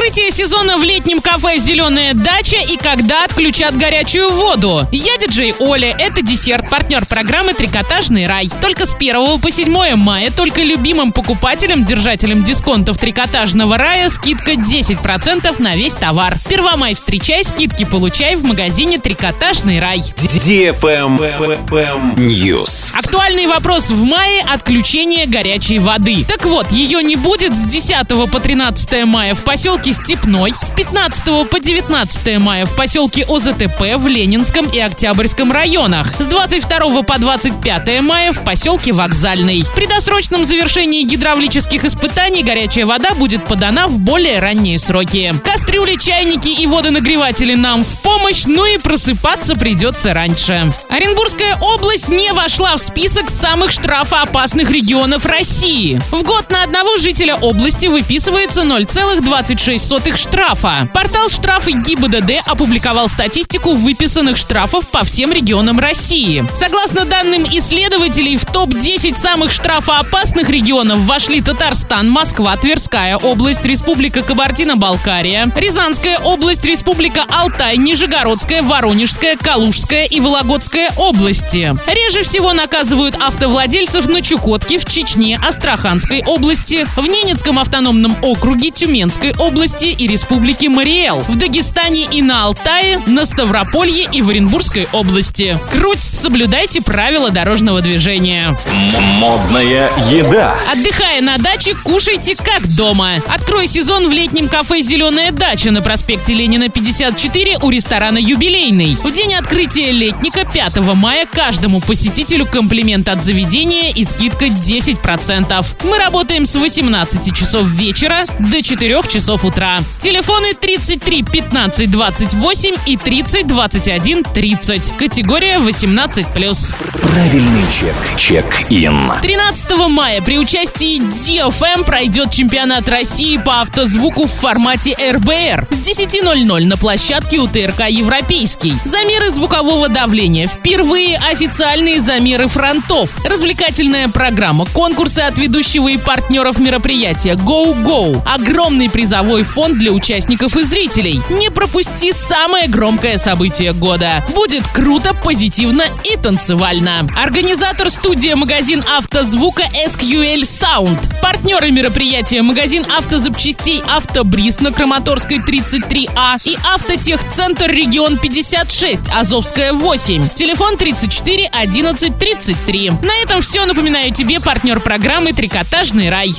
Открытие сезона в летнем кафе «Зеленая дача» и когда отключат горячую воду. Я диджей Оля, это десерт, партнер программы «Трикотажный рай». Только с 1 по 7 мая только любимым покупателям, держателям дисконтов «Трикотажного рая» скидка 10% на весь товар. Первомай встречай, скидки получай в магазине «Трикотажный рай». News. Актуальный вопрос в мае – отключение горячей воды. Так вот, ее не будет с 10 по 13 мая в поселке Степной, с 15 по 19 мая в поселке ОЗТП в Ленинском и Октябрьском районах, с 22 по 25 мая в поселке Вокзальный. При досрочном завершении гидравлических испытаний горячая вода будет подана в более ранние сроки. Кастрюли, чайники и водонагреватели нам в помощь, ну и просыпаться придется раньше. Оренбургская область не вошла в список самых штрафоопасных регионов России. В год на одного жителя области выписывается 0,26 штрафа. Портал «Штрафы» ГИБДД опубликовал статистику выписанных штрафов по всем регионам России. Согласно данным исследователей, в топ-10 самых штрафоопасных регионов вошли Татарстан, Москва, Тверская область, Республика Кабардино-Балкария, Рязанская область, Республика Алтай, Нижегородская, Воронежская, Калужская и Вологодская области. Реже всего наказывают автовладельцев на Чукотке, в Чечне, Астраханской области, в Ненецком автономном округе, Тюменской области и Республики Мариэл, в Дагестане и на Алтае, на Ставрополье и в Оренбургской области. Круть, соблюдайте правила дорожного движения. Модная еда. Отдыхая на даче, кушайте как дома. Открой сезон в летнем кафе «Зеленая дача» на проспекте Ленина, 54 у ресторана «Юбилейный». В день открытия летника 5 мая каждому посетителю комплимент от заведения и скидка 10%. Мы работаем с 18 часов вечера до 4 часов утра. Телефоны 33 15 28 и 30 21 30. Категория 18+. Правильный чек. Чек-ин. 13 мая при участии DFM пройдет чемпионат России по автозвуку в формате РБР с 10:00 на площадке УТРК «Европейский». Замеры звукового давления. Впервые официальные замеры фронтов. Развлекательная программа. Конкурсы от ведущего и партнеров мероприятия. Go-Go. Огромный призовой фонд для участников и зрителей. Не пропусти самое громкое событие года. Будет круто, позитивно и танцевально. Организатор — студия-магазин автозвука SQL Sound. Партнеры мероприятия — магазин автозапчастей «Автобриз» на Краматорской 33А и автотехцентр «Регион 56», Азовская 8. Телефон 34 11 33. На этом все. Напоминаю тебе партнер программы «Трикотажный рай».